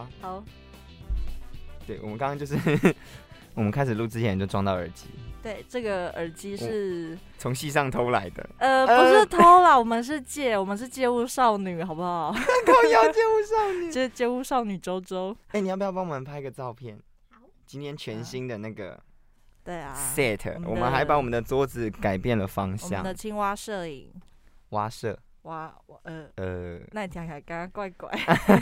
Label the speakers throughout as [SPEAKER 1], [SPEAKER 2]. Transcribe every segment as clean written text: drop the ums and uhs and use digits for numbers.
[SPEAKER 1] 吗？
[SPEAKER 2] 好。
[SPEAKER 1] 对，我们刚刚就是我们开始录之前就装到耳机。
[SPEAKER 2] 对，这个耳机是
[SPEAKER 1] 从系上偷来的。
[SPEAKER 2] 不是偷啦，我们是借物少女，好不好？
[SPEAKER 1] 靠腰借物少女，
[SPEAKER 2] 借物少女周周。
[SPEAKER 1] 你要不要帮我们拍个照片？今天全新的那个。
[SPEAKER 2] 对啊
[SPEAKER 1] set， 我们还把我们的桌子改变了方向。
[SPEAKER 2] 我们的青蛙摄影。
[SPEAKER 1] 蛙摄。
[SPEAKER 2] 那你听起来刚刚怪怪。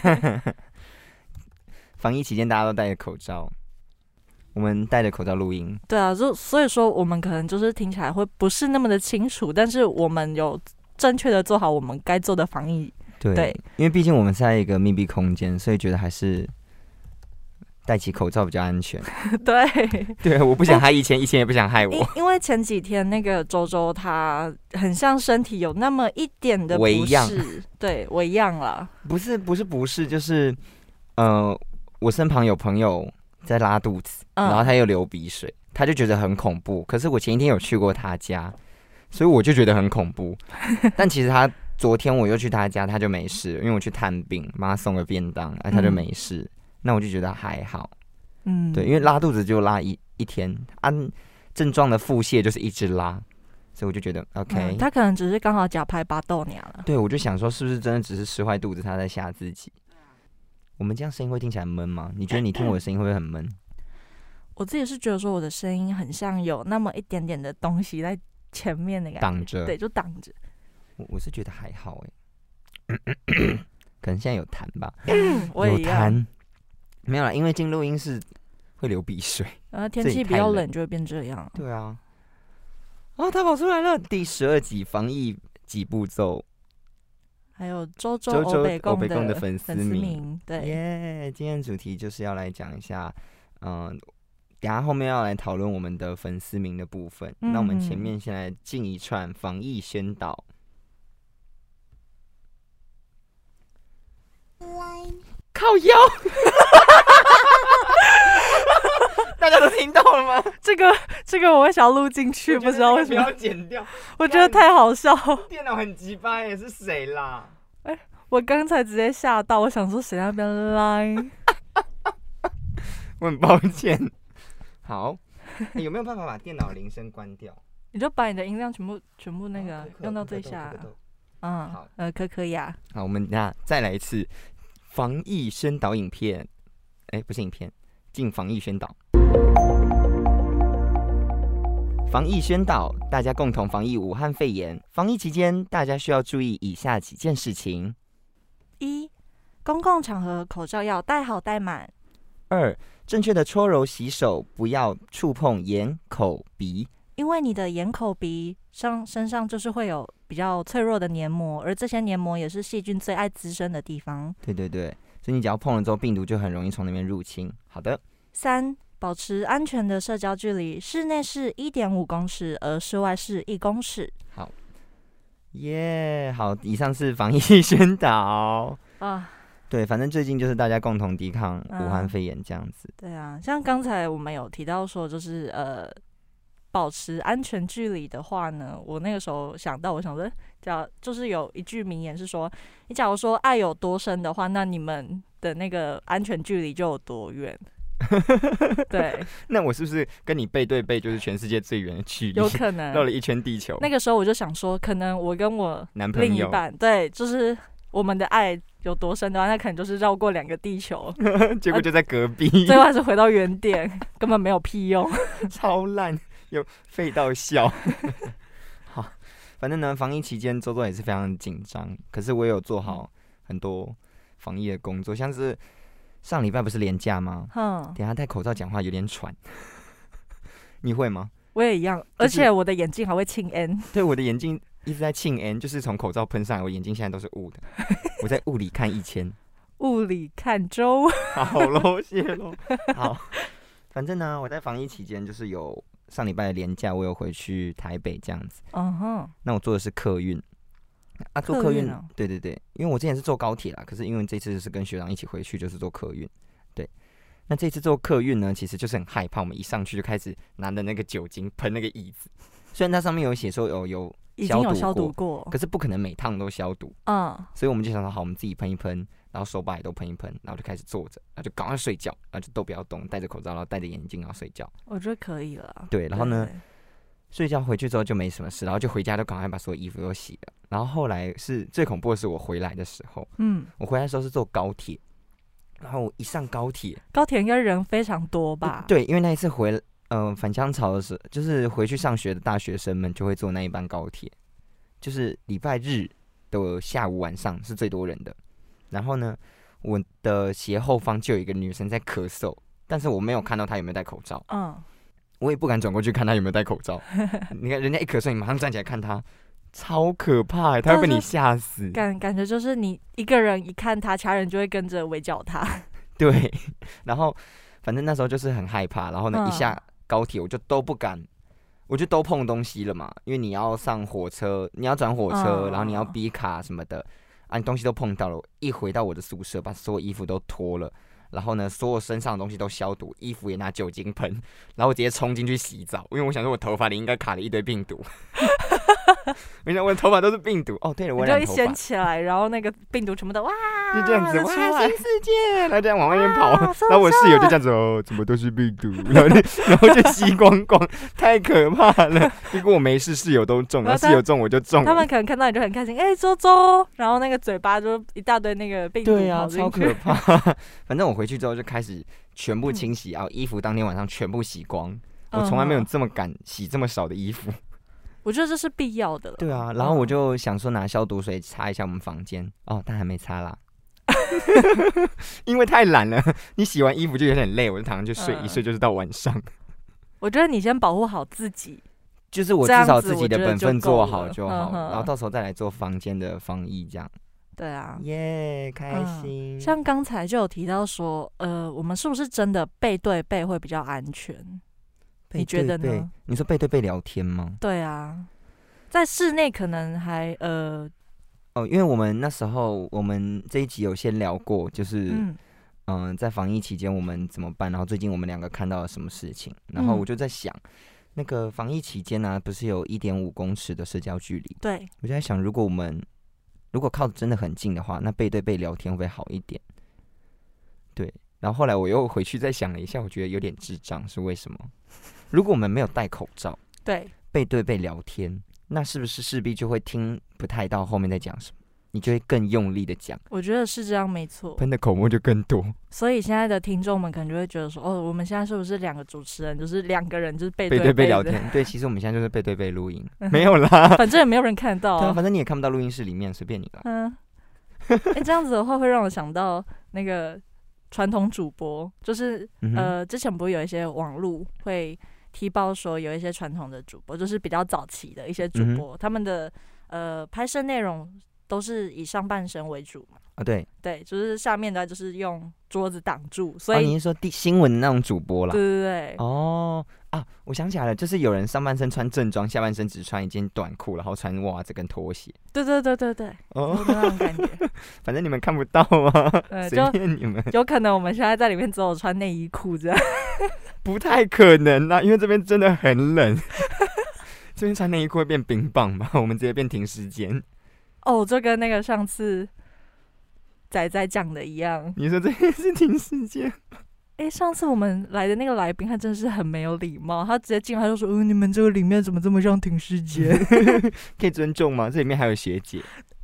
[SPEAKER 1] 防疫期间大家都戴着口罩，我们戴着口罩录音。
[SPEAKER 2] 对啊，所以说我们可能就是听起来会不是那么的清楚，但是我们有正确的做好我们该做的防疫。对，
[SPEAKER 1] 因为毕竟我们是在一个密闭空间，所以觉得还是戴起口罩比较安全。对，我不想害以前也不想害我。
[SPEAKER 2] 因为前几天那个周周他很像身体有那么一点的不适，对，微恙啦。不
[SPEAKER 1] 是，就是我身旁有朋友在拉肚子，然后他又流鼻水，他就觉得很恐怖。可是我前一天有去过他家，所以我就觉得很恐怖。但其实昨天我又去他家，他就没事了，因为我去探病，帮他送个便当，他就没事。那我就觉得还好。对，因为拉肚子就拉一天，症状的腹泻就是一直拉，所以我就觉得 OK。
[SPEAKER 2] 他可能只是刚好假拍巴豆娘了。
[SPEAKER 1] 对，我就想说，是不是真的只是吃坏肚子，他在吓自己？我们这样声音会听起来闷吗？你觉得你听我的声音会不会很闷？
[SPEAKER 2] 我自己是觉得说我的声音很像有那么一点点的东西在前面的感觉，
[SPEAKER 1] 挡着。
[SPEAKER 2] 对，就挡着。
[SPEAKER 1] 我是觉得还好可能现在有痰吧。
[SPEAKER 2] 我也一样。
[SPEAKER 1] 有痰。没有啦，因为进录音室会流鼻水。
[SPEAKER 2] 天气比较冷就会变这样。
[SPEAKER 1] 对啊。他跑出来了，第12集防疫几步骤。还有周周欧北贡的粉丝名。对耶，今天的主题就是要来讲一下，等一下后面要来讨论我们的粉丝名的部分。那我们前面先来进一串防疫宣导。靠腰。大家都听到了吗？这个我会想要录进去，不知道为什么。不要剪掉，我觉得太好笑。电脑很鸡巴耶，是谁啦？
[SPEAKER 2] 我刚才直接吓到，我想说谁在那边 line？
[SPEAKER 1] 我很抱歉。好，有没有办法把电脑铃声关掉？
[SPEAKER 2] 你就把你的音量全部那个用到最下。好，可以啊。
[SPEAKER 1] 好，我们再来一次防疫宣导影片。不是影片，进防疫宣导。防疫宣导，大家共同防疫武汉肺炎。防疫期间，大家需要注意以下几件事情：1. 公共场合口罩要戴好戴满。2. 正确的搓揉洗手，不要触碰眼、口、鼻，因为你的眼、口、鼻身上就是会有比较脆弱的黏膜，而这些黏膜也是细菌最爱滋生的地方。对，所以你只要碰了之后，病毒就很容易从那边入侵。好的。3. 保持安全的社交距离，室内是1.5公尺，而室外是1公尺。好，好，以上是防疫宣导啊。对，反正最近就是大家共同抵抗武汉肺炎这样子。对啊，像刚才我们有提到说，就是保持安全距离的话呢，我那个时候我想说，就是有一句名言是说，你假如说爱有多深的话，那你们的那个安全距离就有多远。对，那我是不是跟你背对背就是全世界最远的距离？有可能绕了一圈地球。那个时候我就想说，可能我跟我另一半，对，就是我们的爱有多深的话，那可能就是绕过2个地球，结果就在隔壁，最后还是回到原点，根本没有屁用，超烂，又废到笑。好，反正呢，防疫期间周周也是非常紧张，可是我也有做好很多防疫的工作，像是上礼拜不是连假吗？等一下戴口罩讲话有点喘，你会吗？我也一样，而且我的眼镜还会沁 N。对，我的眼镜一直在沁 N， 就是从口罩喷上来，我眼睛现在都是雾的。我在雾里看1000，雾里看周。好咯，谢咯。好，反正呢，我在防疫期间就是有上礼拜的连假，我有回去台北这样子。那我坐的是客运。坐客运，对，因为我之前是坐高铁啦，可是因为这次是跟学长一起回去，就是坐客运。对，那这次坐客运呢，其实就是很害怕，我们一上去就开始拿着那个酒精喷那个椅子，虽然它上面有写说有已经有消毒过，可是不可能每趟都消毒。所以我们就想说，好，我们自己喷一喷，然然后手把也都喷一喷，然后就开始坐着，然后就赶快睡觉，然后就都不要动，戴着口罩，然后戴着眼镜，然后睡觉。
[SPEAKER 2] 我觉得可以了。
[SPEAKER 1] 对，然后呢，睡觉回去之后就没什么事，然后就回家就赶快把所有衣服都洗了。然后后来是最恐怖的是我回来的时候，我回来的时候是坐高铁，然后我一上高铁
[SPEAKER 2] 应该人非常多吧？
[SPEAKER 1] 对，因为那一次返乡潮的时候，就是回去上学的大学生们就会坐那一班高铁，就是礼拜日的下午晚上是最多人的。然后呢，我的斜后方就有一个女生在咳嗽，但是我没有看到她有没有戴口罩。我也不敢转过去看她有没有戴口罩。你看人家一咳嗽，你马上站起来看她，超可怕，她会被你吓死。
[SPEAKER 2] 感觉就是你一个人一看她，其他人就会跟着围剿她。
[SPEAKER 1] 对，然后反正那时候就是很害怕，然后呢，一下高铁我就都不敢，我就都碰东西了嘛，因为你要上火车，你要转火车，然后你要逼卡什么的啊，你东西都碰到了。一回到我的宿舍，把所有衣服都脱了，然后呢，所有身上的东西都消毒，衣服也拿酒精喷，然后我直接冲进去洗澡，因为我想说我头发里应该卡了一堆病毒。我想我的头发都是病毒。哦，对了，我染头发，
[SPEAKER 2] 就一掀起来，然后那个病毒全部都哇，
[SPEAKER 1] 就这样子哇，新世界，然后这样往外面跑，然后我室友就这样子哦，怎么都是病毒，然后就吸光光，太可怕了。如果我没事，室友都中，然后室友中我就中了。
[SPEAKER 2] 他们可能看到你就很开心，周周，然后那个嘴巴就一大堆那个病毒，
[SPEAKER 1] 对啊，超可怕。反正我回去之后就开始全部清洗，然后衣服当天晚上全部洗光。我从来没有这么敢洗这么少的衣服。
[SPEAKER 2] 我觉得这是必要的了。
[SPEAKER 1] 对啊，然后我就想说拿消毒水擦一下我们房间，但还没擦啦。因为太懒了，你洗完衣服就有点累，我就躺上去睡，一睡就是到晚上。
[SPEAKER 2] 我觉得你先保护好自己，
[SPEAKER 1] 就是我至少自己的本分做好就好，然后到时候再来做房间的防疫这样。
[SPEAKER 2] 对啊，
[SPEAKER 1] 耶，开心。
[SPEAKER 2] 像刚才就有提到说，我们是不是真的背对背会比较安全？你觉得呢？
[SPEAKER 1] 你说背对背聊天吗？
[SPEAKER 2] 对啊，在室内可能还
[SPEAKER 1] 因为我们那时候我们这一集有先聊过，就是在防疫期间我们怎么办，然后最近我们两个看到了什么事情，然后我就在想，那个防疫期间呢，不是有1.5公尺的社交距离？
[SPEAKER 2] 对，
[SPEAKER 1] 我就在想，如果靠得真的很近的话，那背对背聊天会不会好一点？对，然后后来我又回去再想了一下，我觉得有点智障，是为什么？如果我们没有戴口罩，
[SPEAKER 2] 对，
[SPEAKER 1] 背对背聊天，那是不是势必就会听不太到后面在讲什么？你就会更用力的讲。
[SPEAKER 2] 我觉得是这样，没错，
[SPEAKER 1] 喷的口沫就更多。
[SPEAKER 2] 所以现在的听众们可能就会觉得说，我们现在是不是2个主持人，就是2个人就是背
[SPEAKER 1] 对背聊天？对，其实我们现在就是背对背录音，没有啦，
[SPEAKER 2] 反正也没有人看到
[SPEAKER 1] 对啊，反正你也看不到录音室里面，随便你啦。
[SPEAKER 2] 这样子的话会让我想到那个传统主播，就是之前不是有一些网路会踢爆说有一些传统的主播，就是比较早期的一些主播，他们的拍摄内容都是以上半身为主嘛。
[SPEAKER 1] 对，
[SPEAKER 2] 就是下面的就是用桌子挡住，所以
[SPEAKER 1] 你是说新闻那种主播啦？
[SPEAKER 2] 对。
[SPEAKER 1] 我想起来了，就是有人上半身穿正装，下半身只穿一件短裤，然后穿袜子跟拖鞋。
[SPEAKER 2] 对，那种感觉。
[SPEAKER 1] 反正你们看不到啊，随便你们。
[SPEAKER 2] 有可能我们现在在里面只有穿内衣裤这样。
[SPEAKER 1] 不太可能啊，因为这边真的很冷。这边穿内衣裤会变冰棒吧？我们直接变停尸间。
[SPEAKER 2] 就跟那个上次仔仔讲的一样。
[SPEAKER 1] 你说这边是停尸间？
[SPEAKER 2] 上次我们来的那个来宾，他真的是很没有礼貌，他直接进来就说：“你们这个里面怎么这么像停尸间？
[SPEAKER 1] 可以尊重吗？这里面还有学姐，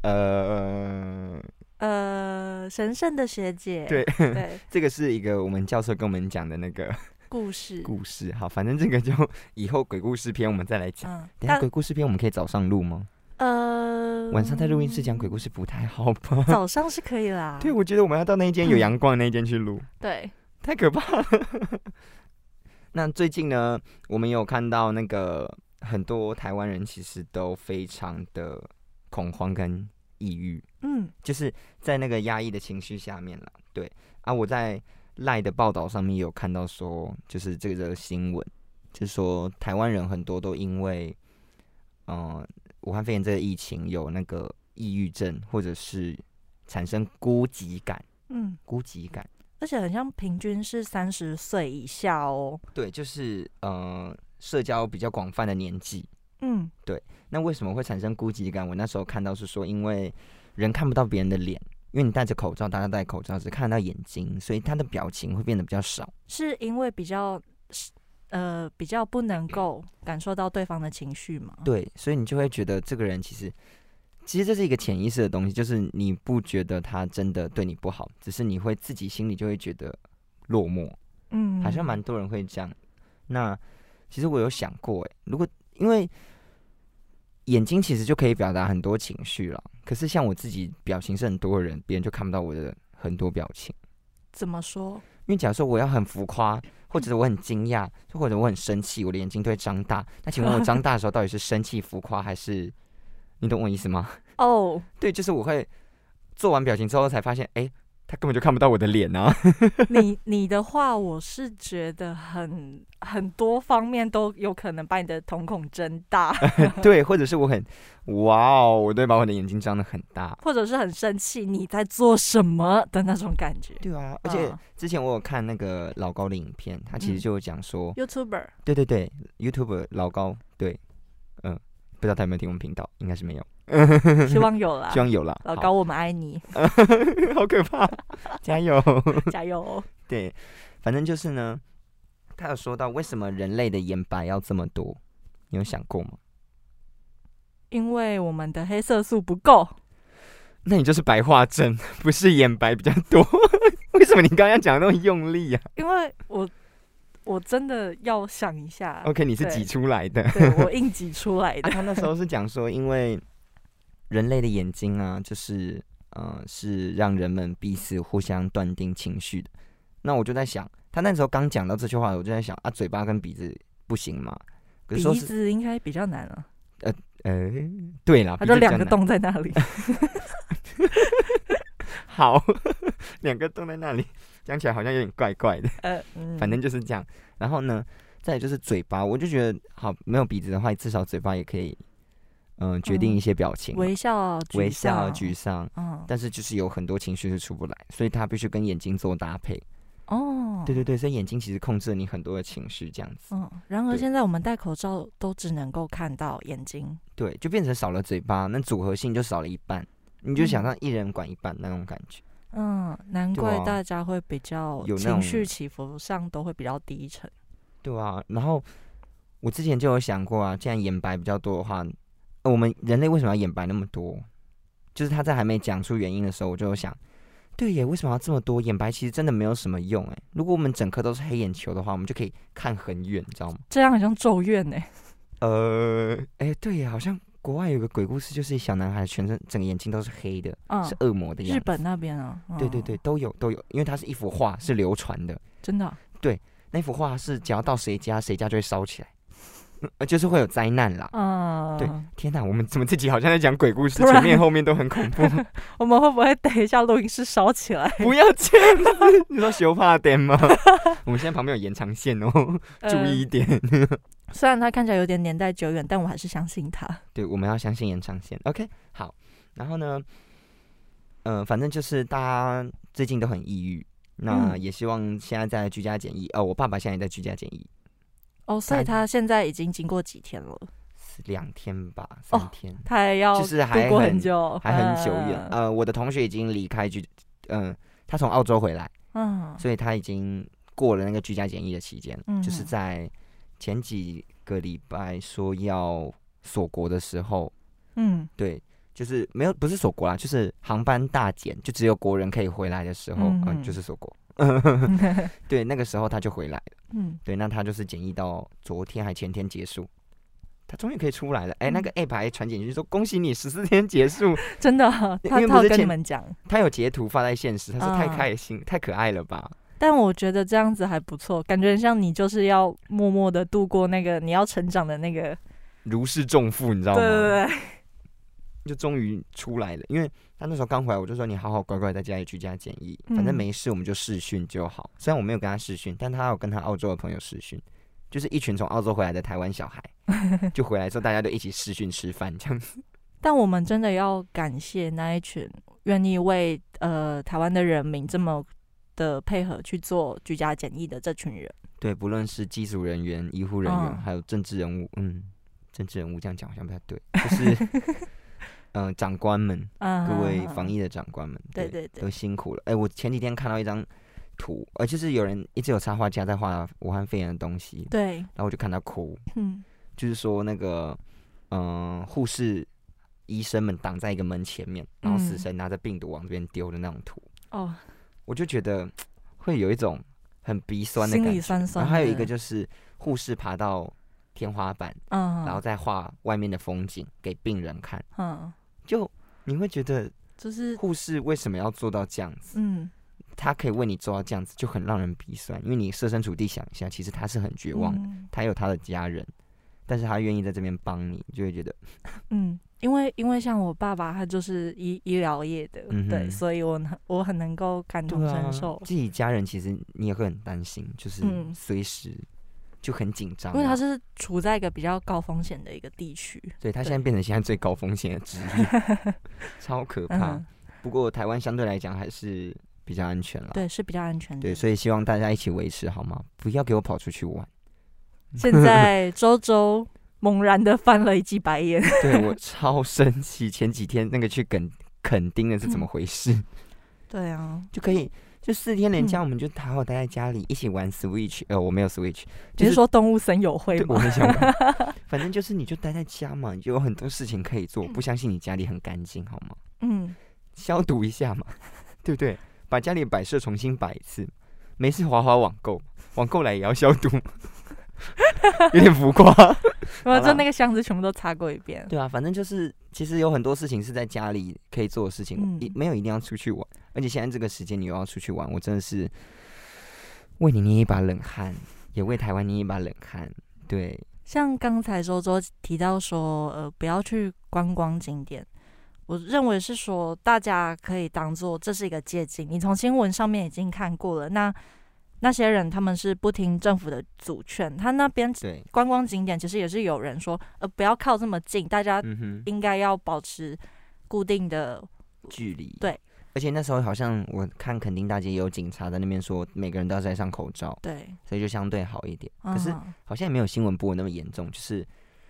[SPEAKER 2] 神圣的学姐。”
[SPEAKER 1] 对，这个是一个我们教授跟我们讲的那个故事。好，反正这个就以后鬼故事篇我们再来讲。等一下鬼故事篇我们可以早上录吗？晚上在录音室讲鬼故事不太好吧？
[SPEAKER 2] 早上是可以啦。
[SPEAKER 1] 对，我觉得我们要到那一间有阳光的那一间去录。
[SPEAKER 2] 对。
[SPEAKER 1] 太可怕了。那最近呢，我们有看到那个很多台湾人其实都非常的恐慌跟抑郁，就是在那个压抑的情绪下面了。对啊，我在LINE的报道上面有看到说，就是这个新闻，就是说台湾人很多都因为武汉肺炎这个疫情有那个抑郁症，或者是产生孤寂感，孤寂感。
[SPEAKER 2] 而且很像平均是30岁以下哦。
[SPEAKER 1] 对，就是社交比较广泛的年纪。对。那为什么会产生孤寂感？我那时候看到是说，因为人看不到别人的脸， 因为你戴着口罩，大家戴口罩只看得到眼睛，所以他的表情会变得比较少。
[SPEAKER 2] 是因为比较不能够感受到对方的情绪吗？
[SPEAKER 1] 对，所以你就会觉得这个人其实这是一个潜意识的东西，就是你不觉得他真的对你不好，只是你会自己心里就会觉得落寞。好像蛮多人会这样。那其实我有想过，如果因为眼睛其实就可以表达很多情绪了，可是像我自己表情是很多的人，别人就看不到我的很多表情。
[SPEAKER 2] 怎么说？
[SPEAKER 1] 因为假如说我要很浮夸，或者我很惊讶，或者我很生气，我的眼睛都会张大。那请问我张大的时候到底是生气、浮夸，还是你懂我意思吗？
[SPEAKER 2] 哦，
[SPEAKER 1] 对，就是我会做完表情之后才发现，他根本就看不到我的脸啊。
[SPEAKER 2] 你的话，我是觉得很多方面都有可能把你的瞳孔睁大。
[SPEAKER 1] 对，或者是我很哇哦，我都会把我的眼睛张得很大，
[SPEAKER 2] 或者是很生气，你在做什么的那种感觉。
[SPEAKER 1] 对啊，而且之前我有看那个老高的影片，他其实就有讲说
[SPEAKER 2] ，YouTuber，
[SPEAKER 1] 对 YouTuber 老高，对，不知道他有没有听我们频道，应该是没有。
[SPEAKER 2] 希望有啦，
[SPEAKER 1] 希望有啦。
[SPEAKER 2] 老高，我们爱你。
[SPEAKER 1] 好可怕，加油，
[SPEAKER 2] 加油。
[SPEAKER 1] 对，反正就是呢，他有说到为什么人类的眼白要这么多，你有想过吗？
[SPEAKER 2] 因为我们的黑色素不够。
[SPEAKER 1] 那你就是白化症，不是眼白比较多。为什么你刚刚讲的那么用力啊？
[SPEAKER 2] 因为我真的要想一下。
[SPEAKER 1] OK， 你是挤出来的。
[SPEAKER 2] 对，我硬挤出来的。
[SPEAKER 1] 他那时候是讲说，因为人类的眼睛啊，就是是让人们彼此互相断定情绪的。那我就在想，他那时候刚讲到这句话，我就在想啊，嘴巴跟鼻子不行吗？可是说
[SPEAKER 2] 鼻子应该比较难啊。
[SPEAKER 1] 对啦，
[SPEAKER 2] 他就2个洞在那里。
[SPEAKER 1] 好，2个洞在那里，讲起来好像有点怪怪的。反正就是这样。然后呢，再来就是嘴巴，我就觉得好，没有鼻子的话，至少嘴巴也可以，决定一些表情，
[SPEAKER 2] 微笑、
[SPEAKER 1] 沮丧。但是就是有很多情绪是出不来，所以它必须跟眼睛做搭配。对，所以眼睛其实控制了你很多的情绪，这样子。
[SPEAKER 2] 然而现在我们戴口罩都只能够看到眼睛，
[SPEAKER 1] 对，就变成少了嘴巴，那组合性就少了一半。你就想让一人管一半那种感觉。
[SPEAKER 2] 难怪大家会比较有情绪起伏上都会比较低沉。
[SPEAKER 1] 对啊，然后我之前就有想过啊，既然眼白比较多的话，我们人类为什么要眼白那么多？就是他在还没讲出原因的时候，我就有想，对耶，为什么要这么多？眼白其实真的没有什么用哎。如果我们整颗都是黑眼球的话，我们就可以看很远，你知道吗？
[SPEAKER 2] 这样很像咒怨哎。
[SPEAKER 1] 对耶，好像国外有个鬼故事，就是小男孩全身整个眼睛都是黑的，是恶魔的样子。
[SPEAKER 2] 日本那边啊，
[SPEAKER 1] 对，都有，因为它是一幅画，是流传的，
[SPEAKER 2] 真的。
[SPEAKER 1] 对，那幅画是只要到谁家就会烧起来，就是会有灾难啦。对，天哪，我们怎么自己好像在讲鬼故事，前面后面都很恐怖。
[SPEAKER 2] 我们会不会等一下录音室烧起来？
[SPEAKER 1] 不要这样子，你说修怕点吗？我们现在旁边有延长线哦，注意一点。
[SPEAKER 2] 虽然它看起来有点年代久远，但我还是相信它。
[SPEAKER 1] 对，我们要相信延长线。OK， 好。然后呢，反正就是大家最近都很抑郁，那也希望现在在居家检疫。我爸爸现在也在居家检疫。
[SPEAKER 2] 所以他现在已经经过几天了
[SPEAKER 1] ？2天吧，3天。
[SPEAKER 2] 他还要
[SPEAKER 1] 就是
[SPEAKER 2] 度过很久，
[SPEAKER 1] 还很久远。我的同学已经离开他从澳洲回来，所以他已经过了那个居家检疫的期间，就是在前几个礼拜说要锁国的时候，对，就是不是锁国啦，就是航班大减，就只有国人可以回来的时候，就是锁国。对，那个时候他就回来了。对，那他就是检疫到昨天还前天结束，他终于可以出来了。那个 app 还传简讯说恭喜你14天结束，
[SPEAKER 2] 真的。他有跟你们讲，
[SPEAKER 1] 他有截图发在现实，他说太开心，太可爱了吧。
[SPEAKER 2] 但我觉得这样子还不错，感觉像你就是要默默的度过那个你要成长的那个
[SPEAKER 1] 如释重负，你知道吗？
[SPEAKER 2] 对，
[SPEAKER 1] 就终于出来了。因为他那时候刚回来，我就说你好好乖乖在家里居家检疫，反正没事我们就视讯就好。虽然我没有跟他视讯，但他有跟他澳洲的朋友视讯，就是一群从澳洲回来的台湾小孩，就回来之后大家都一起视讯吃饭这样子。
[SPEAKER 2] 但我们真的要感谢那一群愿意为台湾的人民这么的配合去做居家检疫的这群人。
[SPEAKER 1] 对，不论是机组人员、医护人员，还有政治人物。政治人物这样讲好像不太对，就是长官们，各位防疫的长官们，
[SPEAKER 2] 对，
[SPEAKER 1] 都辛苦了。我前几天看到一张图，就是有人一直有插画家在画武汉肺炎的东西，
[SPEAKER 2] 对，
[SPEAKER 1] 然后我就看到哭，就是说那个护士、医生们挡在一个门前面，然后死神拿着病毒往这边丢的那种图，我就觉得会有一种很鼻酸的感觉，
[SPEAKER 2] 心里酸酸的。
[SPEAKER 1] 然后还有一个就是护士爬到天花板，然后再画外面的风景给病人看，就你会觉得，就是护士为什么要做到这样子？他可以为你做到这样子，就很让人鼻酸。因为你设身处地想一下，其实他是很绝望的，他有他的家人，但是他愿意在这边帮你，就会觉得，
[SPEAKER 2] 因为像我爸爸，他就是医疗业的，对，所以我很能够感同身受。
[SPEAKER 1] 自己家人其实你也会很担心，就是随时就很紧张，
[SPEAKER 2] 因为他是处在一个比较高风险的一个地区，
[SPEAKER 1] 对，他现在变成现在最高风险的职业，超可怕。不过台湾相对来讲还是比较安全了，
[SPEAKER 2] 对，是比较安全的。
[SPEAKER 1] 对，所以希望大家一起维持好吗？不要给我跑出去玩。
[SPEAKER 2] 现在周猛然的翻了一记白眼，
[SPEAKER 1] 对，我超生气。前几天那个去垦丁的是怎么回事？
[SPEAKER 2] 对啊，
[SPEAKER 1] 就可以就4天连假，我们就好好待在家里一起玩 Switch。我没有 Switch，
[SPEAKER 2] 你是说动物森友会吗？
[SPEAKER 1] 我很想玩。反正就是你就待在家嘛，你就有很多事情可以做。不相信你家里很干净好吗？消毒一下嘛，对不对？把家里的摆设重新摆一次，没事滑网购，网购来也要消毒。有点浮夸，
[SPEAKER 2] 就那个箱子全部都擦过一遍。
[SPEAKER 1] 对啊，反正就是其实有很多事情是在家里可以做的事情，没有一定要出去玩。而且现在这个时间你又要出去玩，我真的是为你捏一把冷汗，也为台湾捏一把冷汗。对，
[SPEAKER 2] 像刚才周提到说，不要去观光景点，我认为是说大家可以当做这是一个借鉴。你从新闻上面已经看过了，那些人他们是不听政府的阻劝，他那边观光景点其实也是有人说，不要靠这么近，大家应该要保持固定的
[SPEAKER 1] 距离。
[SPEAKER 2] 对，
[SPEAKER 1] 而且那时候好像我看垦丁大街也有警察在那边说，每个人都要戴上口罩，
[SPEAKER 2] 对，
[SPEAKER 1] 所以就相对好一点。可是好像也没有新闻播那么严重，就是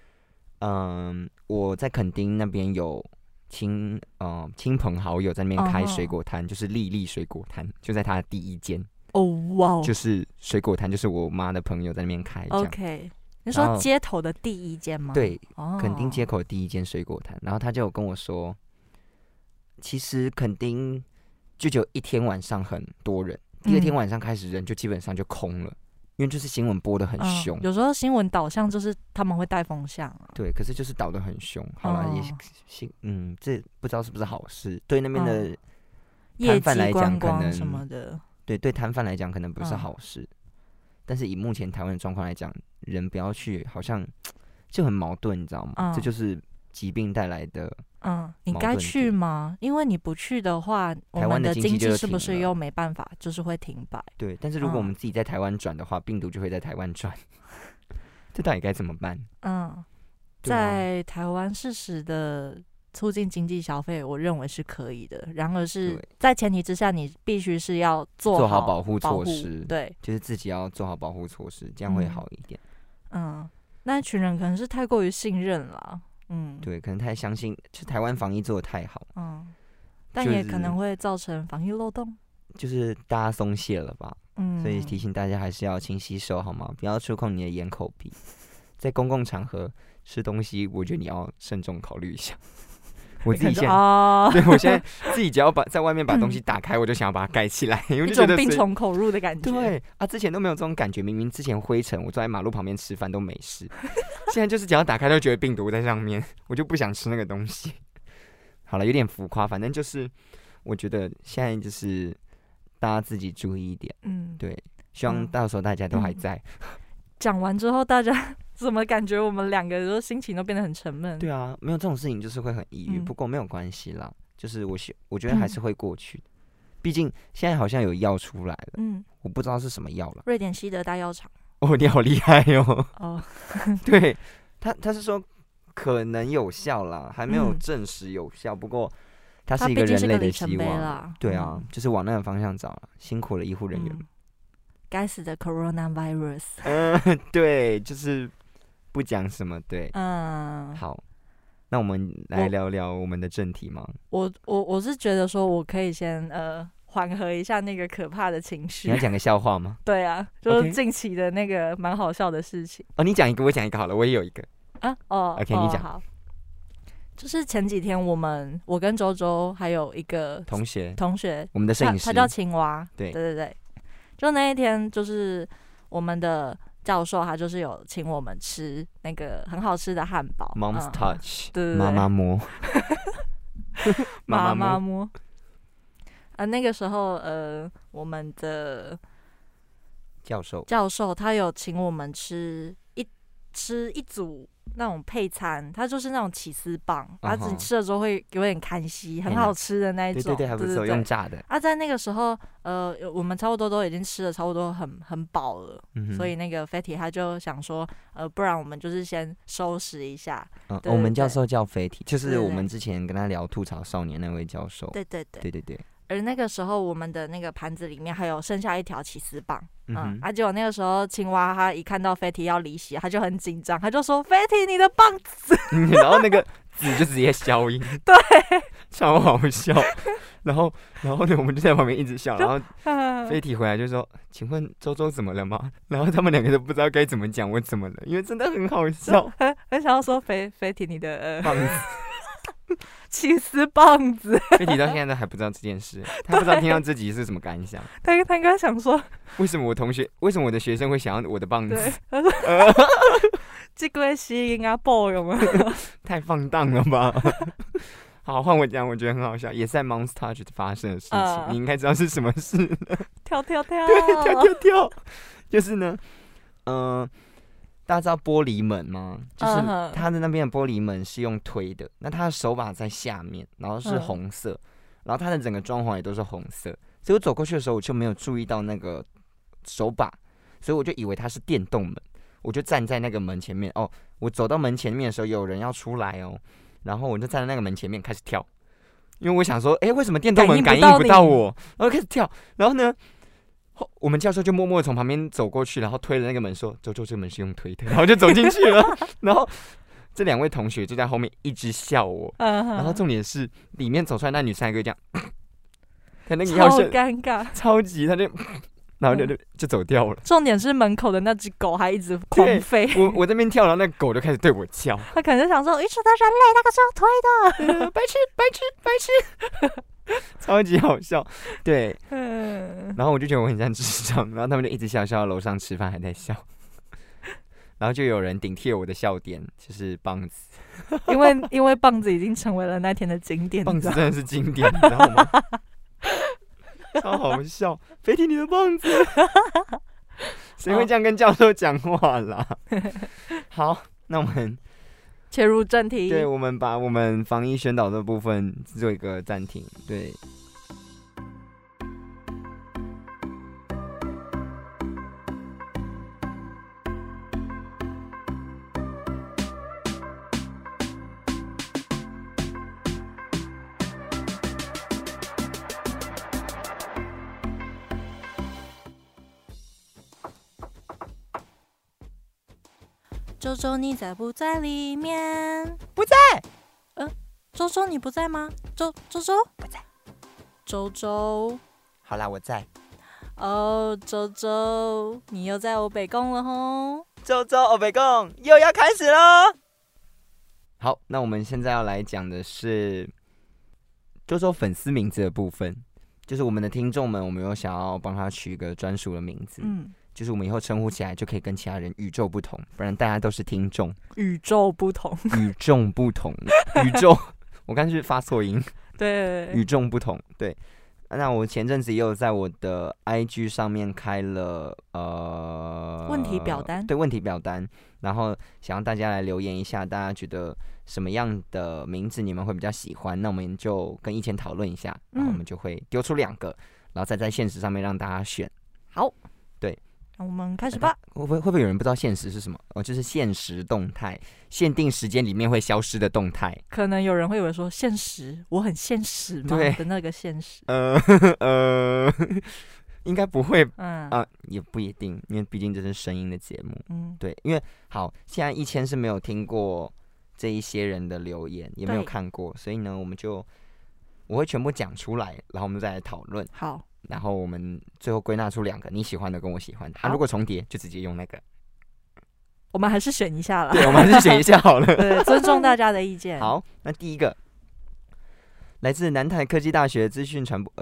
[SPEAKER 1] 我在垦丁那边有亲朋好友在那边开水果摊，就是粒粒水果摊，就在他的第一间。
[SPEAKER 2] 哇，
[SPEAKER 1] 就是水果摊，就是我妈的朋友在那边开。
[SPEAKER 2] OK， 你说街头的第一间吗？
[SPEAKER 1] 对，垦丁街口第一间水果摊。然后他就有跟我说，其实垦丁就只有一天晚上很多人，第二天晚上开始人就基本上就空了，因为就是新闻播得很凶。
[SPEAKER 2] 有时候新闻导向就是他们会带风向啊。
[SPEAKER 1] 对，可是就是导得很凶。好了，这不知道是不是好事，对那边的摊贩来讲可能
[SPEAKER 2] 什么的。
[SPEAKER 1] 对摊贩来讲可能不是好事，但是以目前台湾的状况来讲，人不要去，好像就很矛盾，你知道吗？这就是疾病带来的。
[SPEAKER 2] 你该去吗？因为你不去的话，
[SPEAKER 1] 台湾的
[SPEAKER 2] 经济是不是又没办法，就是会停摆？
[SPEAKER 1] 对，但是如果我们自己在台湾转的话，病毒就会在台湾转，这到底该怎么办？
[SPEAKER 2] 在台湾适时的促进经济消费，我认为是可以的。然而是在前提之下，你必须是要做好
[SPEAKER 1] 保护措施，
[SPEAKER 2] 对，
[SPEAKER 1] 就是自己要做好保护措施，这样会好一点。
[SPEAKER 2] 那一群人可能是太过于信任了，
[SPEAKER 1] 对，可能太相信，就台湾防疫做得太好，
[SPEAKER 2] 但也可能会造成防疫漏洞，
[SPEAKER 1] 就是大家松懈了吧，所以提醒大家还是要勤洗手好吗？不要触碰你的眼口鼻，在公共场合吃东西，我觉得你要慎重考虑一下。我自己现在，对，我现在自己只要在外面把东西打开，我就想要把它盖起来，因为就觉得
[SPEAKER 2] 一种病从口入的感觉。
[SPEAKER 1] 对啊，之前都没有这种感觉，明明之前灰尘，我坐在马路旁边吃饭都没事，现在就是只要打开都觉得病毒在上面，我就不想吃那个东西。好了，有点浮夸，反正就是我觉得现在就是大家自己注意一点，对，希望到时候大家都还在。
[SPEAKER 2] 讲完之后，大家怎么感觉我们两个都心情都变得很沉闷？
[SPEAKER 1] 对啊，没有这种事情就是会很抑郁，不过没有关系啦，就是我觉得还是会过去的，毕竟现在好像有药出来了，我不知道是什么药了。
[SPEAKER 2] 瑞典西德大药厂。
[SPEAKER 1] 哦，你好厉害哦！对，他是说可能有效啦，还没有证实有效，不过它是一个人类的希望。对啊，就是往那个方向找了，辛苦了医护人员。
[SPEAKER 2] 该死的 coronavirus。
[SPEAKER 1] 对，就是不讲什么，对，好， 那我们来聊聊我们的正题吗？
[SPEAKER 2] 我是觉得说我可以先缓和一下那个可怕的情绪。
[SPEAKER 1] 你要讲个笑话吗？
[SPEAKER 2] 对啊，就是近期的那个蛮好笑的事情。
[SPEAKER 1] 哦，你讲一个，我讲一个好了，我也有一个。OK， 你讲。
[SPEAKER 2] 好。就是前几天我跟周周还有一个同学，
[SPEAKER 1] 我们的摄影师，
[SPEAKER 2] 他叫青蛙。
[SPEAKER 1] 对，
[SPEAKER 2] 就那一天就是我们的教授他就是有请我们吃那个很好吃的汉堡
[SPEAKER 1] ，Mom's Touch，
[SPEAKER 2] 对，
[SPEAKER 1] 妈妈摸，
[SPEAKER 2] 妈妈摸。那个时候我们的
[SPEAKER 1] 教
[SPEAKER 2] 授他有请我们吃一组那种配餐，它就是那种起司棒，它自己吃了之后会有点看稀，很好吃的那一种。
[SPEAKER 1] 对，还不错，用炸的。
[SPEAKER 2] 在那个时候，我们差不多都已经吃了差不多很饱了，所以那个 Fatty 他就想说，不然我们就是先收拾一下。
[SPEAKER 1] 我们教授叫 Fatty， 就是我们之前跟他聊吐槽少年那位教授。
[SPEAKER 2] 对。
[SPEAKER 1] 而
[SPEAKER 2] 那个时候，我们的那个盘子里面还有剩下一条起司棒，结果那个时候青蛙他一看到飞提要离席，他就很紧张，他就说：“飞提，你的棒子。”
[SPEAKER 1] 然后那个子就直接消音，
[SPEAKER 2] 对，
[SPEAKER 1] 超好笑。然后呢，我们就在旁边一直笑。然后飞提回来就说：“请问周周怎么了吗？”然后他们两个都不知道该怎么讲我怎么了，因为真的很好笑。
[SPEAKER 2] 很想要说飞提你的
[SPEAKER 1] 棒子。
[SPEAKER 2] 起司棒子，
[SPEAKER 1] 飞提到现在都还不知道这件事，他不知道听到这集是什么感想。
[SPEAKER 2] 他应该想说，
[SPEAKER 1] 为什么我的学生会想要我的棒子？
[SPEAKER 2] 他说，这个是应该爆用吗？
[SPEAKER 1] 太放荡了吧！好，换我讲，我觉得很好笑，也是在 Mom's Touch 发生的事情，你应该知道是什么事呢？
[SPEAKER 2] 跳，对，
[SPEAKER 1] 跳，就是呢，大家知道玻璃门吗？就是它的那边的玻璃门是用推的，那它的手把在下面，然后是红色，然后它的整个装潢也都是红色，所以我走过去的时候我就没有注意到那个手把，所以我就以为它是电动门，我就站在那个门前面。我走到门前面的时候有人要出来然后我就站在那个门前面开始跳，因为我想说，为什么电动门感应不到我？然后开始跳，然后呢？我们教授就默默从旁边走过去，然后推了那个门，说：“周周，这个门是用推的。”然后就走进去了。然后这两位同学就在后面一直笑我。然后重点是里面走出来那女生还可以这样，他那个
[SPEAKER 2] 超尴尬，
[SPEAKER 1] 超级，他就，然后就走掉了。
[SPEAKER 2] 重点是门口的那只狗还一直狂飞。
[SPEAKER 1] 我这边跳，然后那狗就开始对我叫。
[SPEAKER 2] 他可能想说：“愚蠢的人类，那个是要推的，
[SPEAKER 1] 白痴。”超级好笑，对，然后我就觉得我很像智障，然后他们就一直笑到楼上吃饭还在笑，然后就有人顶替了我的笑点，就是棒子，
[SPEAKER 2] 因为棒子已经成为了那天的经典，
[SPEAKER 1] 棒子真的是经典，你知道吗？超好笑，飞踢你的棒子，谁会这样跟教授讲话啦？好，那我们
[SPEAKER 2] 切入正题，
[SPEAKER 1] 对，我们把我们防疫宣导的部分做一个暂停。对，
[SPEAKER 2] 周周，你在不在里面？
[SPEAKER 1] 不在。
[SPEAKER 2] 周周，你不在吗？周周
[SPEAKER 1] 不在。
[SPEAKER 2] 周周，
[SPEAKER 1] 好啦，我在。
[SPEAKER 2] 周周，你又在欧北贡了吼。
[SPEAKER 1] 周周欧北贡又要开始咯。好，那我们现在要来讲的是周周粉丝名字的部分，就是我们的听众们，我们有想要帮他取一个专属的名字。就是我们以后称呼起来就可以跟其他人与众不同，不然大家都是听众。
[SPEAKER 2] 与众不同，
[SPEAKER 1] 与众不同，宇宙，我刚才发错音。
[SPEAKER 2] 对，
[SPEAKER 1] 与众不同。对，那我前阵子也有在我的 IG 上面开了
[SPEAKER 2] 问题表单，
[SPEAKER 1] 对，问题表单，然后想让大家来留言一下，大家觉得什么样的名字你们会比较喜欢？那我们就跟以前讨论一下，然后我们就会丢出2个，然后再在限时上面让大家选。
[SPEAKER 2] 好，
[SPEAKER 1] 对。
[SPEAKER 2] 我们开始吧。
[SPEAKER 1] 会不会有人不知道限时是什么？就是限时动态，限定时间里面会消失的动态。
[SPEAKER 2] 可能有人会以为说限时，我很现实吗？的那个限时。
[SPEAKER 1] 应该不会。也不一定，因为毕竟这是声音的节目。对，因为好，现在1000是没有听过这一些人的留言，也没有看过，所以呢，我会全部讲出来，然后我们再来讨论。
[SPEAKER 2] 好，
[SPEAKER 1] 然后我们最后归纳出2个你喜欢的跟我喜欢的。如果重叠就直接用那个。
[SPEAKER 2] 我们还是选一下啦。
[SPEAKER 1] 对，我们还是选一下好了。
[SPEAKER 2] 对，尊重大家的意见。
[SPEAKER 1] 好，那第一个来自南台科技大学资讯传播，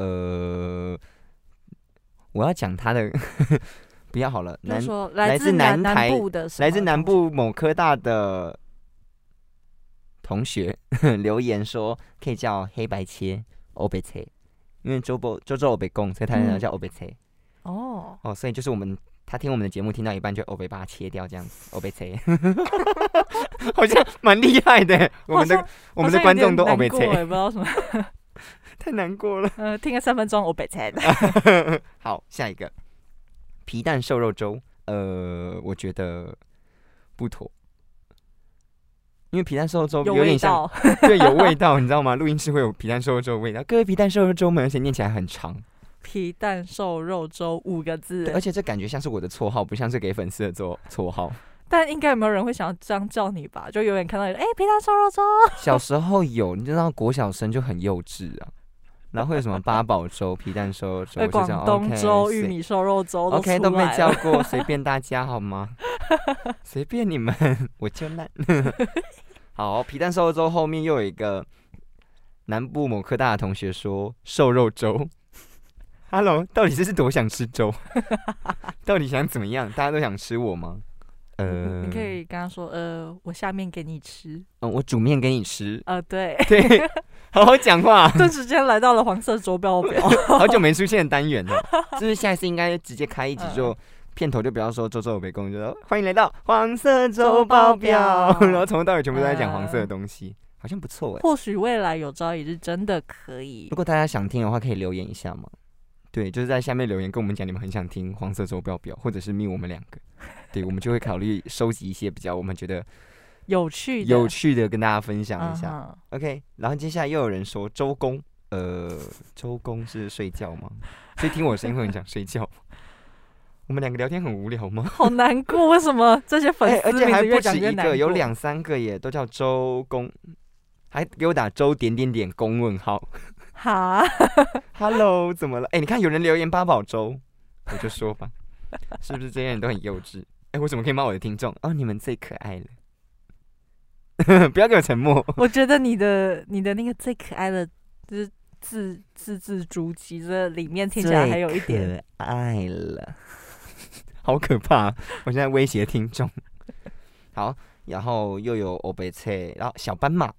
[SPEAKER 1] 我要讲他的不要好了，来自南台部的，来自南部某科大的同学留言说，可以叫黑白切欧北切，因为周欧北贡，所以他叫欧北切。哦，所以就是他听我们的节目听到一半就欧北把它切掉，这样子欧北切，好像蛮厉害的。我们的观众都欧北切，
[SPEAKER 2] 不知道什么，
[SPEAKER 1] 太难过了。
[SPEAKER 2] 听个3分钟欧北切的。
[SPEAKER 1] 好，下一个皮蛋瘦肉粥，我觉得不妥。因为皮蛋瘦肉粥有点像，对，有味道，你知道吗？录音室会有皮蛋瘦肉粥的味道。各位皮蛋瘦肉粥们，而且念起来很长。
[SPEAKER 2] 皮蛋瘦肉粥5个字，
[SPEAKER 1] 而且这感觉像是我的绰号，不像是给粉丝的绰号。
[SPEAKER 2] 但应该有没有人会想要这样叫你吧？就有点看到皮蛋瘦肉粥。
[SPEAKER 1] 小时候有，你知道国小生就很幼稚啊。然后会有什么八宝粥、皮蛋瘦肉粥、
[SPEAKER 2] 广东粥、玉米瘦肉粥
[SPEAKER 1] ，OK 都被叫过，随便大家好吗？随便你们，我就烂。好，皮蛋瘦肉粥后面又有一个南部某科大的同学说瘦肉粥。Hello， 到底是多想吃粥？到底想怎么样？大家都想吃我吗？
[SPEAKER 2] 你可以跟他说，我下面给你吃。
[SPEAKER 1] 我煮面给你吃。
[SPEAKER 2] 对
[SPEAKER 1] 对，好好讲话。
[SPEAKER 2] 顿时间来到了黄色周报表，
[SPEAKER 1] 好久没出现的单元了。是不是下一次应该直接开一集就片头就不要说周有北宫，就说欢迎来到黄色周报表，然后从头到尾全部都在讲黄色的东西，好像不错
[SPEAKER 2] 或许未来有朝一日真的可以。
[SPEAKER 1] 如果大家想听的话，可以留言一下嘛。对，就是在下面留言跟我们讲你们很想听黄色周报表，或者是密我们2个，对，我们就会考虑收集一些比较我们觉得有趣的跟大家分享一下。OK， 然后接下来又有人说周公，周公是睡觉吗？所以听我的声音会很想睡觉。我们2个聊天很无聊吗？
[SPEAKER 2] 好难过，为什么这些粉丝名字越讲越难过？
[SPEAKER 1] 而且还不止一个，有2、3个耶，都叫周公，还给我打周点公问号。
[SPEAKER 2] 哈
[SPEAKER 1] ，Hello， 怎么了？你看有人留言八宝粥，我就说吧，是不是这些人都很幼稚？我怎么可以骂我的听众？你们最可爱了，不要给我沉默。
[SPEAKER 2] 我觉得你的那个最可爱的，就是字珠玑，这里面听起来还有一点
[SPEAKER 1] 可爱了，好可怕！我现在威胁听众。好，然后又有欧北切，然后小斑马，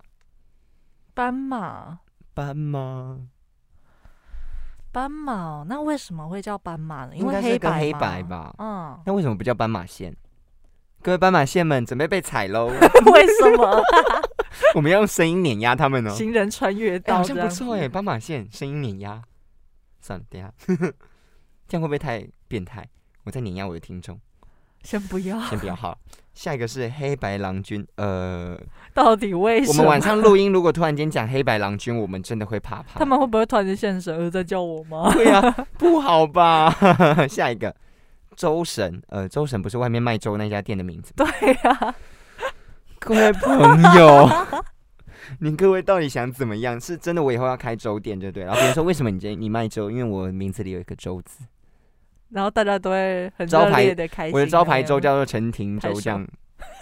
[SPEAKER 2] 那为什么会叫斑马呢？
[SPEAKER 1] 因为黑白吧。那为什么不叫斑马线？各位斑马线们，准备被踩喽！
[SPEAKER 2] 为什么？
[SPEAKER 1] 我们要用声音碾压他们哦。
[SPEAKER 2] 行人穿越道，
[SPEAKER 1] 好像不错哎，斑马线声音碾压。算了，等一下，这样会不会太变态？我在碾压我的听众。
[SPEAKER 2] 先不要
[SPEAKER 1] 好。下一个是黑白郎君，
[SPEAKER 2] 到底为什么？
[SPEAKER 1] 我们晚上录音，如果突然间讲黑白郎君，我们真的会怕。
[SPEAKER 2] 他们会不会突然间现身在叫我吗？
[SPEAKER 1] 对啊，不好吧？下一个粥神，粥神不是外面卖粥那家店的名字吗？
[SPEAKER 2] 对啊，
[SPEAKER 1] 各位朋友，你各位到底想怎么样？是真的我以后要开粥店，对不对？然后别人说为什么你卖粥？因为我名字里有一个粥字。
[SPEAKER 2] 然后大家都会很热烈的开心。
[SPEAKER 1] 我的招牌粥叫做陈廷粥，这样。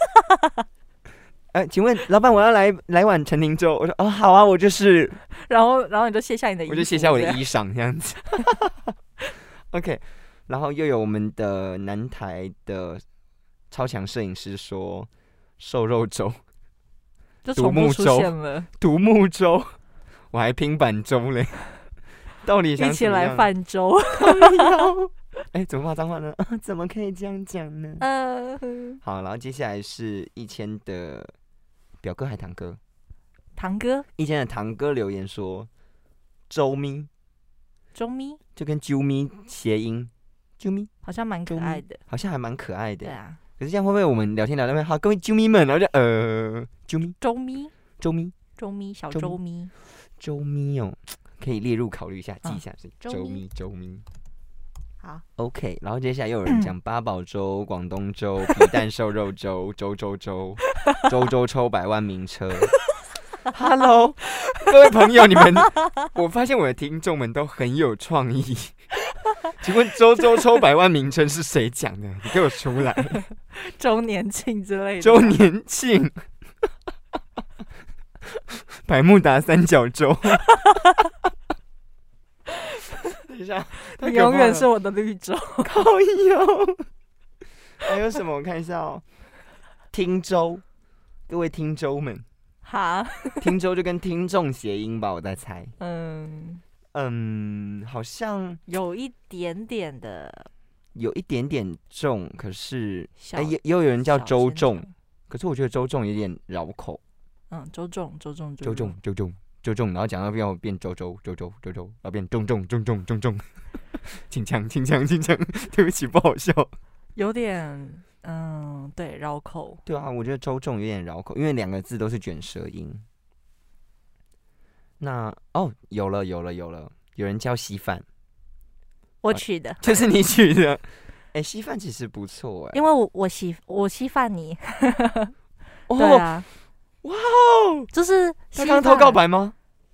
[SPEAKER 1] 请问老板，我要来碗陈廷粥。我说好啊，我就是。
[SPEAKER 2] 然后你就卸下你的衣服，
[SPEAKER 1] 我就卸下我的衣裳这样子。OK， 然后又有我们的南台的超强摄影师说瘦肉粥，
[SPEAKER 2] 就重复出现了
[SPEAKER 1] 独木粥，我还拼板粥嘞。到底想
[SPEAKER 2] 一起来泛粥？
[SPEAKER 1] 怎么骂脏话呢？怎么可以这样讲呢？好，然后接下来是1000的表哥还堂哥，1000的堂哥留言说粥咪就跟啾咪谐音，啾咪
[SPEAKER 2] 好像蛮可爱的，
[SPEAKER 1] 好像还蛮可爱的。
[SPEAKER 2] 对啊，
[SPEAKER 1] 可是这样会不会我们聊天聊到那边，好，各位啾咪们，然后就啾咪
[SPEAKER 2] 小粥咪
[SPEAKER 1] 哦，可以列入考虑一下，记一下是粥咪。
[SPEAKER 2] 好
[SPEAKER 1] ，OK。然后接下来又有人讲八宝粥、广东粥、皮蛋瘦肉粥、粥抽100万名车。Hello， 各位朋友，我发现我的听众们都很有创意。请问周抽100万名称是谁讲的？你给我出来。
[SPEAKER 2] 周年庆之类的。
[SPEAKER 1] 周年庆。百慕达三角洲。等一下，
[SPEAKER 2] 你永远是我的绿洲。
[SPEAKER 1] 靠腰。还有什么？我看一下哦。听周，各位听周们。
[SPEAKER 2] 哈，
[SPEAKER 1] 听周就跟听众谐音吧，我在猜。好像
[SPEAKER 2] 有一点点的，
[SPEAKER 1] 有一点点重，可是也有人叫周重，可是我觉得周重有点绕口。
[SPEAKER 2] 周重，
[SPEAKER 1] 然后讲到要变周，然后变重，轻枪，对不起，不好笑，
[SPEAKER 2] 有点对，绕口。
[SPEAKER 1] 对啊，我觉得周重有点绕口，因为2个字都是卷舌音。那有了，有人叫稀饭，
[SPEAKER 2] 我取的，
[SPEAKER 1] 就是你取的。稀饭其实不错
[SPEAKER 2] 因为我稀饭你。对啊。
[SPEAKER 1] 哇哦！
[SPEAKER 2] 就是
[SPEAKER 1] 他刚偷告白吗？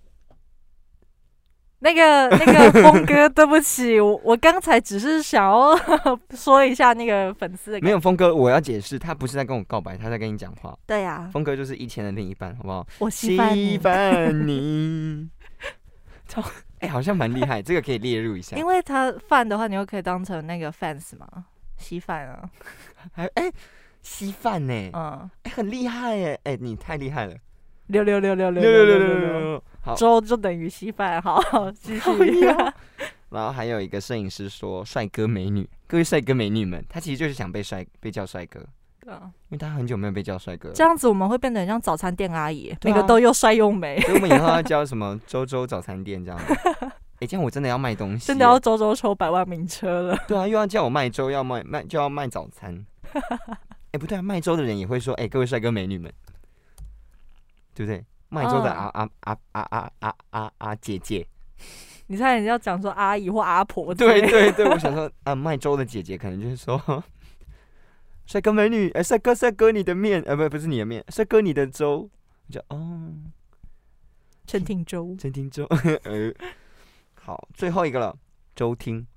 [SPEAKER 2] 那个峰哥，对不起，我刚才只是想要说一下那个粉丝的。
[SPEAKER 1] 没有，峰哥，我要解释，他不是在跟我告白，他在跟你讲话。
[SPEAKER 2] 对呀，
[SPEAKER 1] 峰哥就是1000的另一半，好不好？
[SPEAKER 2] 我稀饭你。
[SPEAKER 1] 好像蛮厉害，这个可以列入一下。
[SPEAKER 2] 因为他饭的话，你又可以当成那个 fans 嘛，稀饭啊。
[SPEAKER 1] 稀饭呢？很厉害耶！你太厉害了！666，好，
[SPEAKER 2] 粥就等于稀饭，好，继续。
[SPEAKER 1] 然后还有一个摄影师说：“帅哥美女，各位帅哥美女们，他其实就是想被叫帅哥。”对啊，因为他很久没有被叫帅哥。
[SPEAKER 2] 这样子我们会变得很像早餐店阿姨，每个都又帅又美。
[SPEAKER 1] 所以我们以后要叫什么周早餐店这样。这样我真的要卖东西，
[SPEAKER 2] 真的要周抽100万名车了。
[SPEAKER 1] 对啊，又要叫我卖粥，就要卖早餐。不对啊，卖粥的人也会说，各位帅哥美女们，对不对？卖粥的姐姐，
[SPEAKER 2] 你猜你要讲说阿姨或阿婆？
[SPEAKER 1] 对，我想说卖粥的姐姐可能就是说，帅哥美女，帅哥你的面，不是你的面，帅哥你的粥，就
[SPEAKER 2] 陈廷粥，
[SPEAKER 1] 好，最后一个了，周听，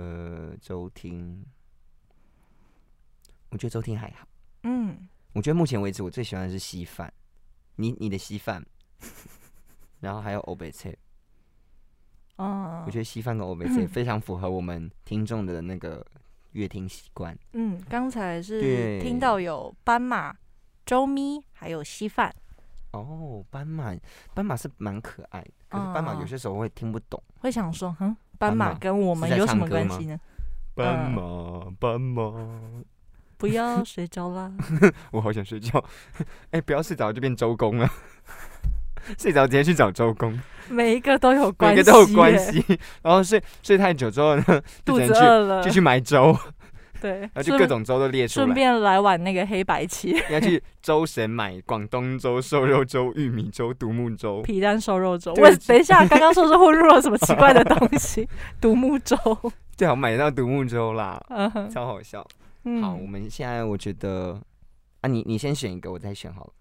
[SPEAKER 1] 我觉得周听还好。我觉得目前为止我最喜欢的是稀饭，你的稀饭，然后还有欧北菜。我觉得稀饭跟欧北菜非常符合我们听众的那个乐听习惯。
[SPEAKER 2] 刚才是听到有斑马、周咪，还有稀饭。
[SPEAKER 1] 斑马是蛮可爱的，可是斑马有些时候会听不懂，
[SPEAKER 2] 会想说，斑马跟我们有什么关系呢？
[SPEAKER 1] 斑马。
[SPEAKER 2] 不要睡着啦！
[SPEAKER 1] 我好想睡觉。不要睡着就变周公了。睡着直接去找周公。
[SPEAKER 2] 每一个都有关系，
[SPEAKER 1] 然后睡太久之后呢，
[SPEAKER 2] 肚子饿了
[SPEAKER 1] 就去买粥。
[SPEAKER 2] 对，
[SPEAKER 1] 然后就各种粥都列出来，
[SPEAKER 2] 顺便来碗那个黑白棋。
[SPEAKER 1] 要去粥神买广东粥、瘦肉粥、玉米粥、独木粥、
[SPEAKER 2] 皮蛋瘦肉粥。我等一下，刚刚说是混入了什么奇怪的东西？独木粥。
[SPEAKER 1] 最好买到独木粥啦，超好笑。好，我们现在我觉得你先选一个，我再选好了。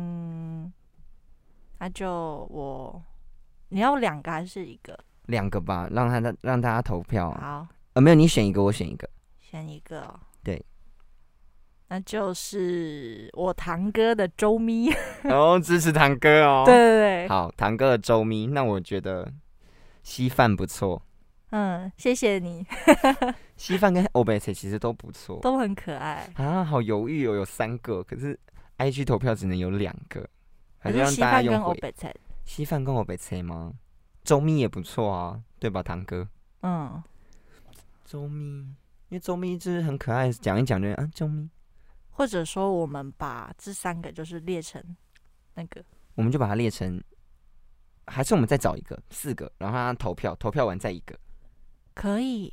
[SPEAKER 2] 那就你要2个还是1个
[SPEAKER 1] ？2个吧，让大家投票。
[SPEAKER 2] 好，
[SPEAKER 1] 没有，你选一个，我选一个。
[SPEAKER 2] 选一个
[SPEAKER 1] 对，
[SPEAKER 2] 那就是我堂哥的周咪。
[SPEAKER 1] 支持堂哥哦。
[SPEAKER 2] 对，
[SPEAKER 1] 好，堂哥的周咪，那我觉得稀饭不错。
[SPEAKER 2] 谢谢你。
[SPEAKER 1] 稀饭跟欧北菜其实都不错，
[SPEAKER 2] 都很可爱
[SPEAKER 1] 好犹豫有3个，可是 IG 投票只能有2个，还是让
[SPEAKER 2] 稀
[SPEAKER 1] 大家用
[SPEAKER 2] 饭跟欧北菜。
[SPEAKER 1] 稀饭跟欧北菜吗？周咪也不错啊，对吧，堂哥？周咪，因为周咪就是很可爱，讲一讲就周咪。
[SPEAKER 2] 或者说，我们把这3个就是列成那个，
[SPEAKER 1] 我们就把它列成，还是我们再找一个4个，然后让他投票完再1个。
[SPEAKER 2] 可以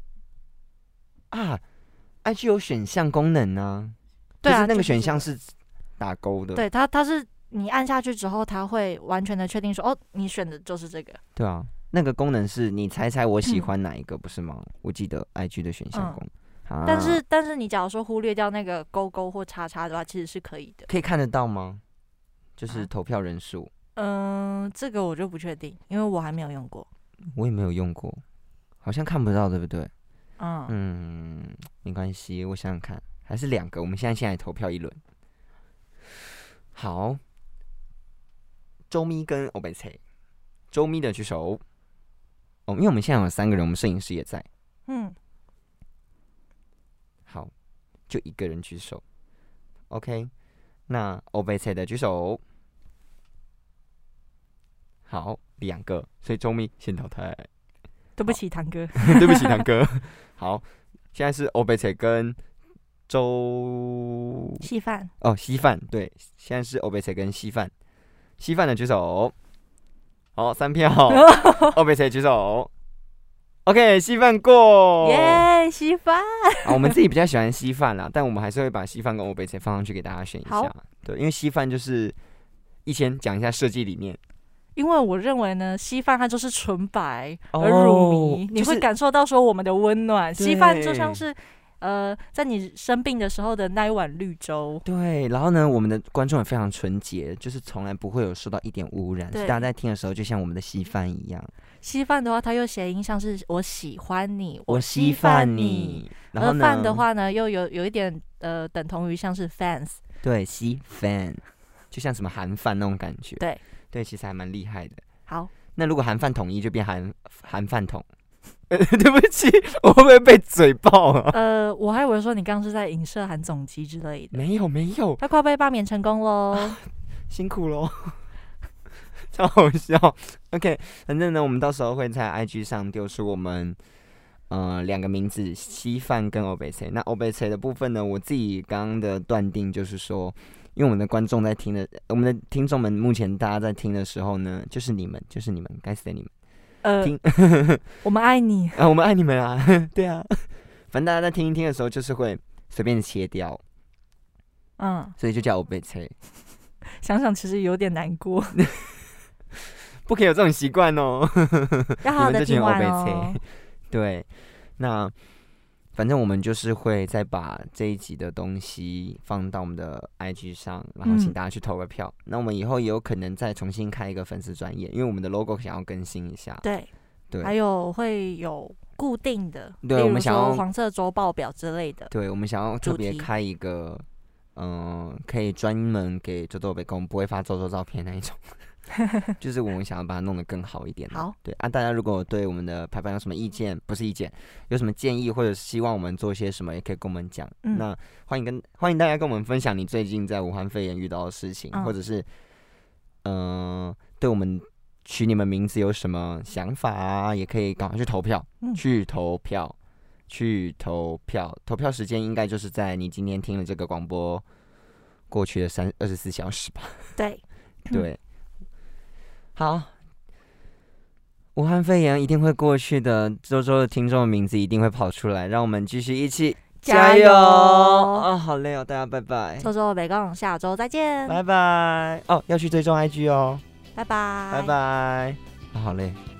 [SPEAKER 1] IG 有选项功能呢。对啊，就是那个选项是打勾的。
[SPEAKER 2] 对，它是你按下去之后，它会完全的确定说，你选的就是这个。
[SPEAKER 1] 对啊， 那个功能是你猜猜我喜欢哪一个，不是吗？我记得 IG 的选项功能。
[SPEAKER 2] 但是你假如说忽略掉那个勾勾或叉叉的话，其实是可以的。
[SPEAKER 1] 可以看得到吗？就是投票人数。
[SPEAKER 2] 这个我就不确定，因为我还没有用过。
[SPEAKER 1] 我也没有用过，好像看不到，对不对？没关系，我想想看，还是2个。我们现在来投票一轮。好，周咪跟欧北菜，周咪的举手。因为我们现在有3个人，我们摄影师也在。好，就1个人举手。OK， 那欧北菜的举手。好，2个，所以周咪先淘汰。
[SPEAKER 2] 对不起，堂哥。
[SPEAKER 1] 对不起，堂哥。好，现在是欧北菜跟周
[SPEAKER 2] 稀饭。
[SPEAKER 1] 稀饭，对，现在是欧北菜跟稀饭。稀饭的举手。好，3票。欧北菜举手。OK， 稀饭过。
[SPEAKER 2] 耶，稀饭。
[SPEAKER 1] 我们自己比较喜欢稀饭啦，但我们还是会把稀饭跟欧北菜放上去给大家选一下。对，因为稀饭就是1讲一下设计理念。
[SPEAKER 2] 因为我认为呢，稀饭它就是纯白而乳糜，你会感受到说我们的温暖。稀饭就像是在你生病的时候的那一碗绿粥。
[SPEAKER 1] 对，然后呢，我们的观众也非常纯洁，就是从来不会有受到一点污染，所以大家在听的时候就像我们的稀饭一样。
[SPEAKER 2] 稀饭的话，它又谐音像是我喜欢你，
[SPEAKER 1] 我稀饭你。然后呢，
[SPEAKER 2] 饭的话呢，又有一点等同于像是 fans。
[SPEAKER 1] 对，稀饭就像什么韩饭那种感觉。
[SPEAKER 2] 对，
[SPEAKER 1] 其实还蛮厉害的。
[SPEAKER 2] 好，
[SPEAKER 1] 那如果韩饭统一就变韩饭桶。对不起，我会不会被嘴爆啊？
[SPEAKER 2] 我还以为说你刚刚是在影射韩总机之类的。
[SPEAKER 1] 没有，
[SPEAKER 2] 他快被罢免成功喽，
[SPEAKER 1] 辛苦喽，超好笑。OK， 反正呢，我们到时候会在 IG 上丢出我们2个名字，稀饭跟欧北菜。那欧北菜的部分呢，我自己刚刚的断定就是说，因为我们的观众在听的，我们的听众们目前大家在听的时候呢，就是你们，该死的你们。
[SPEAKER 2] 我们爱你
[SPEAKER 1] 啊，我们爱你们啊！对啊，反正大家在听一听的时候，就是会随便切掉，所以就叫欧北菜。
[SPEAKER 2] 想想其实有点难过，
[SPEAKER 1] 不可以有这种习惯哦。
[SPEAKER 2] 要好好的听完哦。
[SPEAKER 1] 对，那反正我们就是会再把这一集的东西放到我们的 IG 上，然后请大家去投个票。那我们以后也有可能再重新开一个粉丝专页，因为我们的 logo 想要更新一下。
[SPEAKER 2] 对，还有会有固定的，
[SPEAKER 1] 对，我们想要
[SPEAKER 2] 黄色周报表之类的。
[SPEAKER 1] 对，我们想要特别开一个，可以专门给周周北宫不会发周周照片那一种。就是我们想要把它弄得更好一点。
[SPEAKER 2] 好，
[SPEAKER 1] 对啊，大家如果对我们的排版有什么意见，不是意见，有什么建议，或者希望我们做些什么，也可以跟我们讲。那欢迎大家跟我们分享你最近在武汉肺炎遇到的事情，或者是对我们取你们名字有什么想法啊，也可以赶快去投票，去投票。投票时间应该就是在你今天听了这个广播过去的24小时吧。对。好，武汉肺炎一定会过去的，周周的听众的名字一定会跑出来，让我们继续一起加油！好累哦，大家拜拜。
[SPEAKER 2] 周周北宫，下周再见，
[SPEAKER 1] 拜拜。要去追踪 IG 哦，
[SPEAKER 2] 拜拜，
[SPEAKER 1] 拜拜。好累。